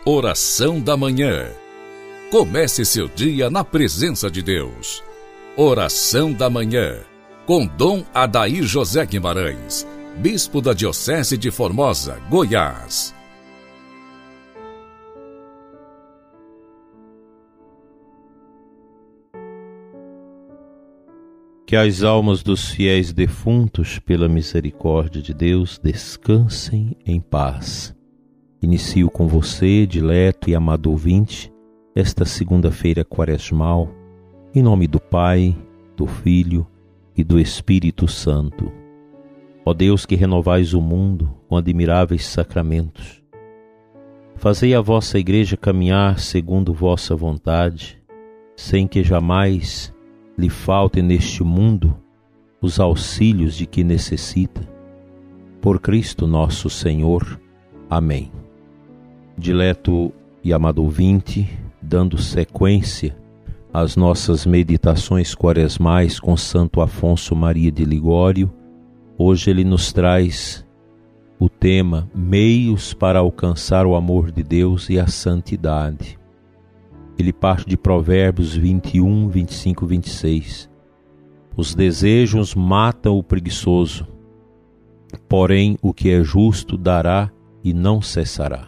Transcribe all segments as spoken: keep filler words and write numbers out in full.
Oração da Manhã. Comece seu dia na presença de Deus. Oração da Manhã, com Dom Adair José Guimarães, Bispo da Diocese de Formosa, Goiás. Que as almas dos fiéis defuntos, pela misericórdia de Deus, descansem em paz. Inicio com você, dileto e amado ouvinte, esta segunda-feira quaresmal, em nome do Pai, do Filho e do Espírito Santo. Ó Deus, que renovais o mundo com admiráveis sacramentos, fazei a vossa Igreja caminhar segundo vossa vontade, sem que jamais lhe faltem neste mundo os auxílios de que necessita. Por Cristo nosso Senhor. Amém. Dileto e amado ouvinte, dando sequência às nossas meditações quaresmais com Santo Afonso Maria de Ligório, hoje ele nos traz o tema Meios para alcançar o amor de Deus e a santidade. Ele parte de Provérbios vinte e um, vinte e cinco, vinte e seis. Os desejos matam o preguiçoso, porém o que é justo dará e não cessará.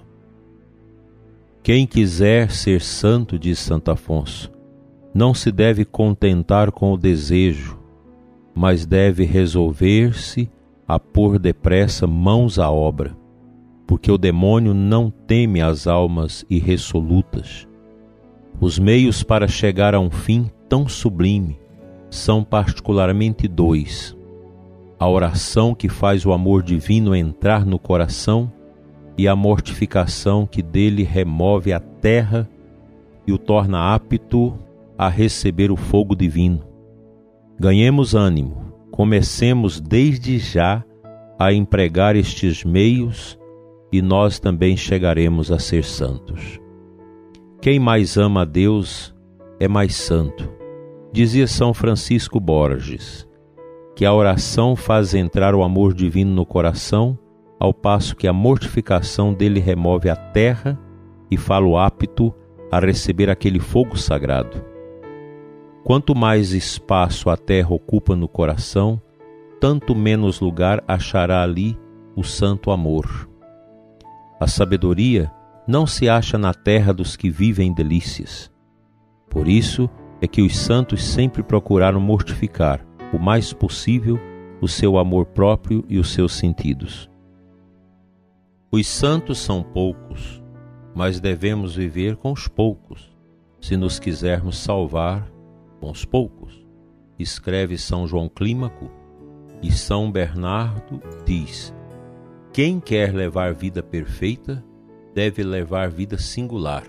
Quem quiser ser santo, diz Santo Afonso, não se deve contentar com o desejo, mas deve resolver-se a pôr depressa mãos à obra, porque o demônio não teme as almas irresolutas. Os meios para chegar a um fim tão sublime são particularmente dois: a oração que faz o amor divino entrar no coração e a mortificação que dele remove a terra e o torna apto a receber o fogo divino. Ganhemos ânimo, comecemos desde já a empregar estes meios e nós também chegaremos a ser santos. Quem mais ama a Deus é mais santo. Dizia São Francisco Borges, que a oração faz entrar o amor divino no coração, ao passo que a mortificação dele remove a terra e fá-lo apto a receber aquele fogo sagrado. Quanto mais espaço a terra ocupa no coração, tanto menos lugar achará ali o santo amor. A sabedoria não se acha na terra dos que vivem em delícias. Por isso é que os santos sempre procuraram mortificar o mais possível o seu amor próprio e os seus sentidos. Os santos são poucos, mas devemos viver com os poucos, se nos quisermos salvar com os poucos. Escreve São João Clímaco, e São Bernardo diz: quem quer levar vida perfeita, deve levar vida singular.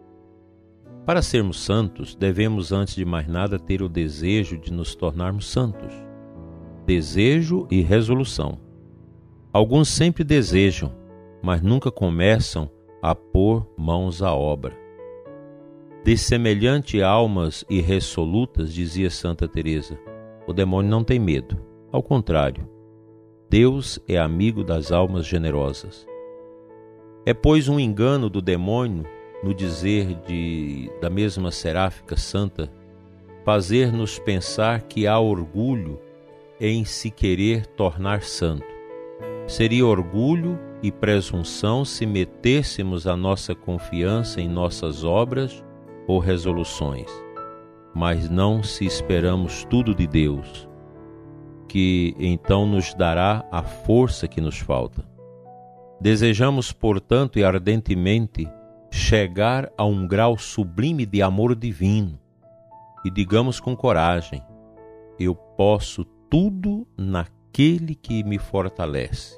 Para sermos santos, devemos, antes de mais nada, ter o desejo de nos tornarmos santos. Desejo e resolução. Alguns sempre desejam, mas nunca começam a pôr mãos à obra. De semelhante almas irresolutas, dizia Santa Teresa, o demônio não tem medo. Ao contrário, Deus é amigo das almas generosas. É, pois, um engano do demônio, no dizer de, da mesma seráfica santa, fazer-nos pensar que há orgulho em se querer tornar santo. Seria orgulho e presunção se metêssemos a nossa confiança em nossas obras ou resoluções, mas não se esperamos tudo de Deus, que então nos dará a força que nos falta. Desejamos, portanto, e ardentemente, chegar a um grau sublime de amor divino e digamos com coragem: eu posso tudo naquele que me fortalece.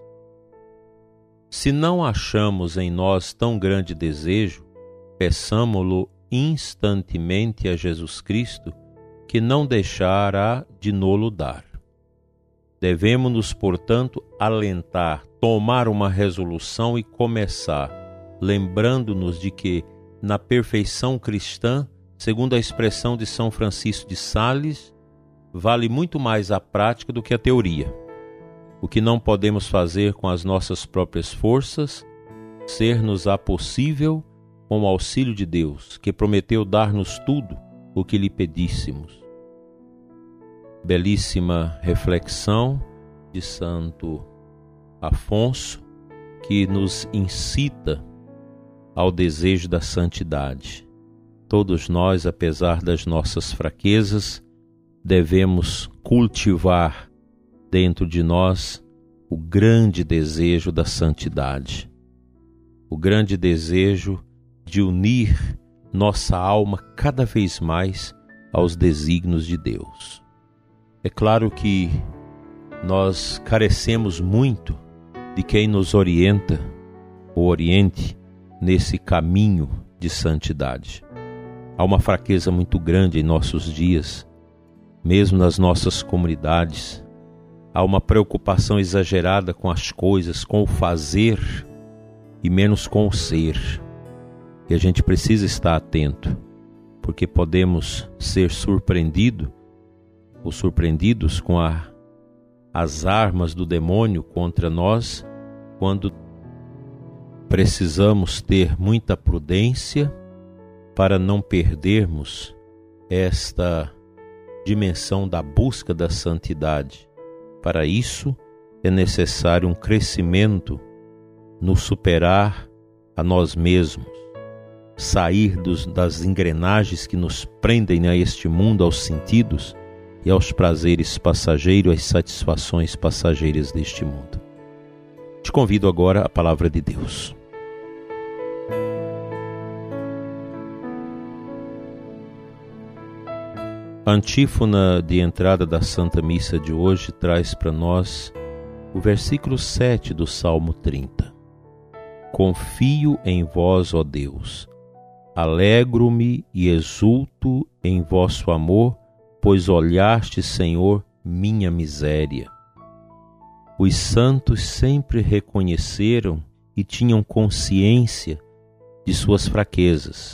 Se não achamos em nós tão grande desejo, peçamo-lo instantemente a Jesus Cristo, que não deixará de no-lo dar. Devemos-nos, portanto, alentar, tomar uma resolução e começar, lembrando-nos de que, na perfeição cristã, segundo a expressão de São Francisco de Sales, vale muito mais a prática do que a teoria. O que não podemos fazer com as nossas próprias forças, ser-nos-á possível com o auxílio de Deus, que prometeu dar-nos tudo o que lhe pedíssemos. Belíssima reflexão de Santo Afonso, que nos incita ao desejo da santidade. Todos nós, apesar das nossas fraquezas, devemos cultivar dentro de nós o grande desejo da santidade, o grande desejo de unir nossa alma cada vez mais aos desígnios de Deus. É claro que nós carecemos muito de quem nos orienta ou oriente nesse caminho de santidade. Há uma fraqueza muito grande em nossos dias, mesmo nas nossas comunidades. Há uma preocupação exagerada com as coisas, com o fazer e menos com o ser. E a gente precisa estar atento, porque podemos ser surpreendido, ou surpreendidos com a, as armas do demônio contra nós, quando precisamos ter muita prudência para não perdermos esta dimensão da busca da santidade. Para isso é necessário um crescimento no superar a nós mesmos, sair dos, das engrenagens que nos prendem a este mundo, aos sentidos e aos prazeres passageiros, às satisfações passageiras deste mundo. Te convido agora à palavra de Deus. A antífona de entrada da Santa Missa de hoje traz para nós o versículo sete do Salmo trinta. Confio em vós, ó Deus, alegro-me e exulto em vosso amor, pois olhaste, Senhor, minha miséria. Os santos sempre reconheceram e tinham consciência de suas fraquezas,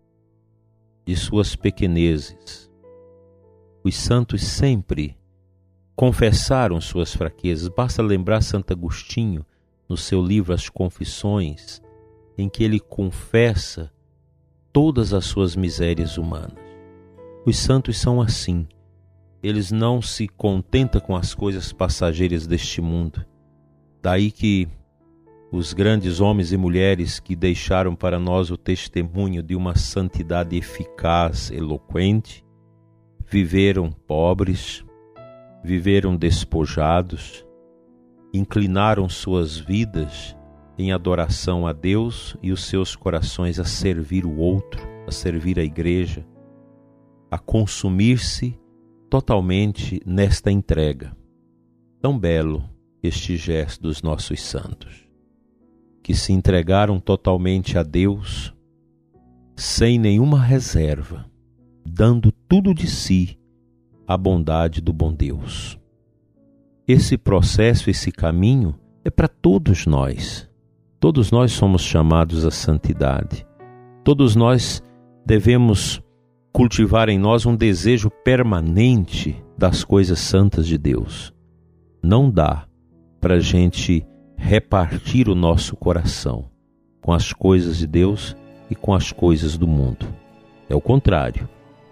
de suas pequenezes. Os santos sempre confessaram suas fraquezas. Basta lembrar Santo Agostinho, no seu livro As Confissões, em que ele confessa todas as suas misérias humanas. Os santos são assim. Eles não se contentam com as coisas passageiras deste mundo. Daí que os grandes homens e mulheres que deixaram para nós o testemunho de uma santidade eficaz, eloquente, viveram pobres, viveram despojados, inclinaram suas vidas em adoração a Deus e os seus corações a servir o outro, a servir a igreja, a consumir-se totalmente nesta entrega. Tão belo este gesto dos nossos santos, que se entregaram totalmente a Deus, sem nenhuma reserva, dando tudo de si à bondade do bom Deus. Esse processo, esse caminho é para todos nós. Todos nós somos chamados à santidade. Todos nós devemos cultivar em nós um desejo permanente das coisas santas de Deus. Não dá para a gente repartir o nosso coração com as coisas de Deus e com as coisas do mundo. É o contrário.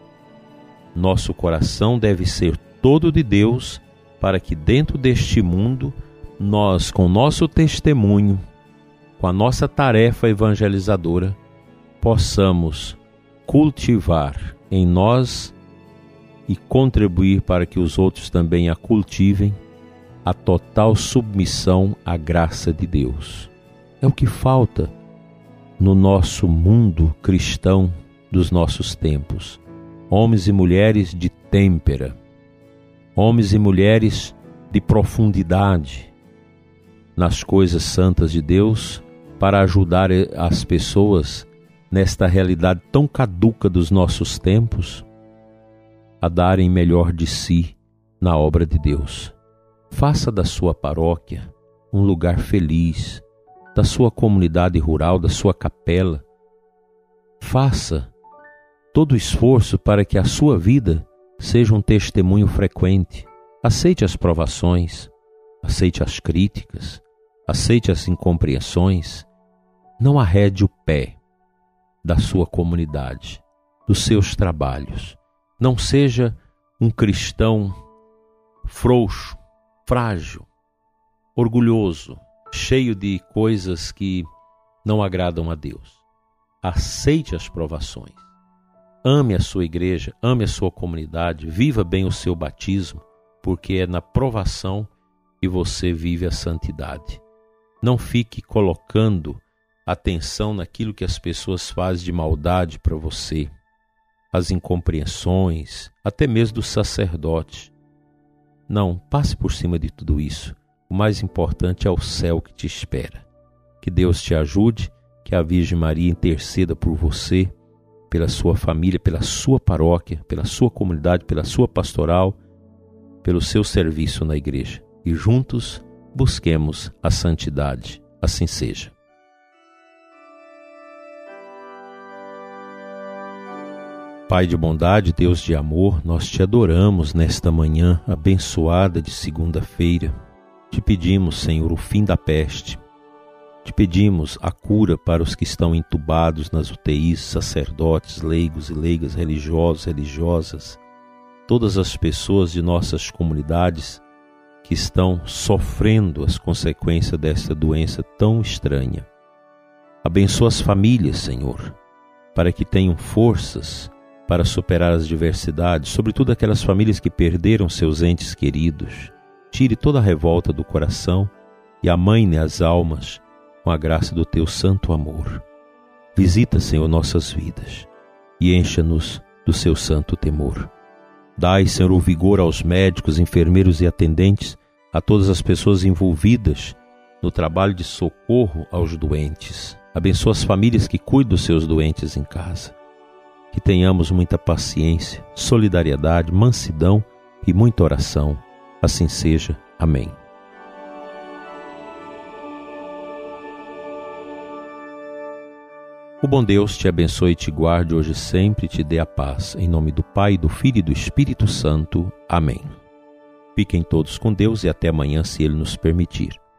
Nosso coração deve ser todo de Deus, para que dentro deste mundo, nós, com nosso testemunho, com a nossa tarefa evangelizadora, possamos cultivar em nós e contribuir para que os outros também a cultivem, a total submissão à graça de Deus. É o que falta no nosso mundo cristão dos nossos tempos. Homens e mulheres de têmpera, homens e mulheres de profundidade nas coisas santas de Deus, para ajudar as pessoas nesta realidade tão caduca dos nossos tempos a darem melhor de si na obra de Deus. Faça da sua paróquia um lugar feliz, da sua comunidade rural, da sua capela. Faça todo o esforço para que a sua vida seja um testemunho frequente. Aceite as provações, aceite as críticas, aceite as incompreensões. Não arrede o pé. da sua comunidade, dos seus trabalhos. Não seja um cristão frouxo, frágil, orgulhoso, cheio de coisas que não agradam a Deus. Aceite as provações. Ame a sua igreja, ame a sua comunidade, viva bem o seu batismo, porque é na provação que você vive a santidade. Não fique colocando atenção naquilo que as pessoas fazem de maldade para você, as incompreensões, até mesmo dos sacerdotes. Não, passe por cima de tudo isso. O mais importante é o céu que te espera. Que Deus te ajude, que a Virgem Maria interceda por você, pela sua família, pela sua paróquia, pela sua comunidade, pela sua pastoral, pelo seu serviço na igreja. E juntos busquemos a santidade. Assim seja. Pai de bondade, Deus de amor, nós te adoramos nesta manhã abençoada de segunda-feira. Te pedimos, Senhor, o fim da peste. Te pedimos a cura para os que estão entubados nas U T Is, sacerdotes, leigos e leigas, religiosos, religiosas, todas as pessoas de nossas comunidades que estão sofrendo as consequências desta doença tão estranha. Abençoa as famílias, Senhor, para que tenham forças para superar as diversidades, sobretudo aquelas famílias que perderam seus entes queridos. Tire toda a revolta do coração e amaine as almas com a graça do teu santo amor. Visita, Senhor, nossas vidas e encha-nos do seu santo temor. Dai, Senhor, o vigor aos médicos, enfermeiros e atendentes, a todas as pessoas envolvidas no trabalho de socorro aos doentes. Abençoa as famílias que cuidam dos seus doentes em casa. Que tenhamos muita paciência, solidariedade, mansidão e muita oração. Assim seja. Amém. O bom Deus te abençoe e te guarde hoje e sempre e te dê a paz. Em nome do Pai, do Filho e do Espírito Santo. Amém. Fiquem todos com Deus e até amanhã, se Ele nos permitir.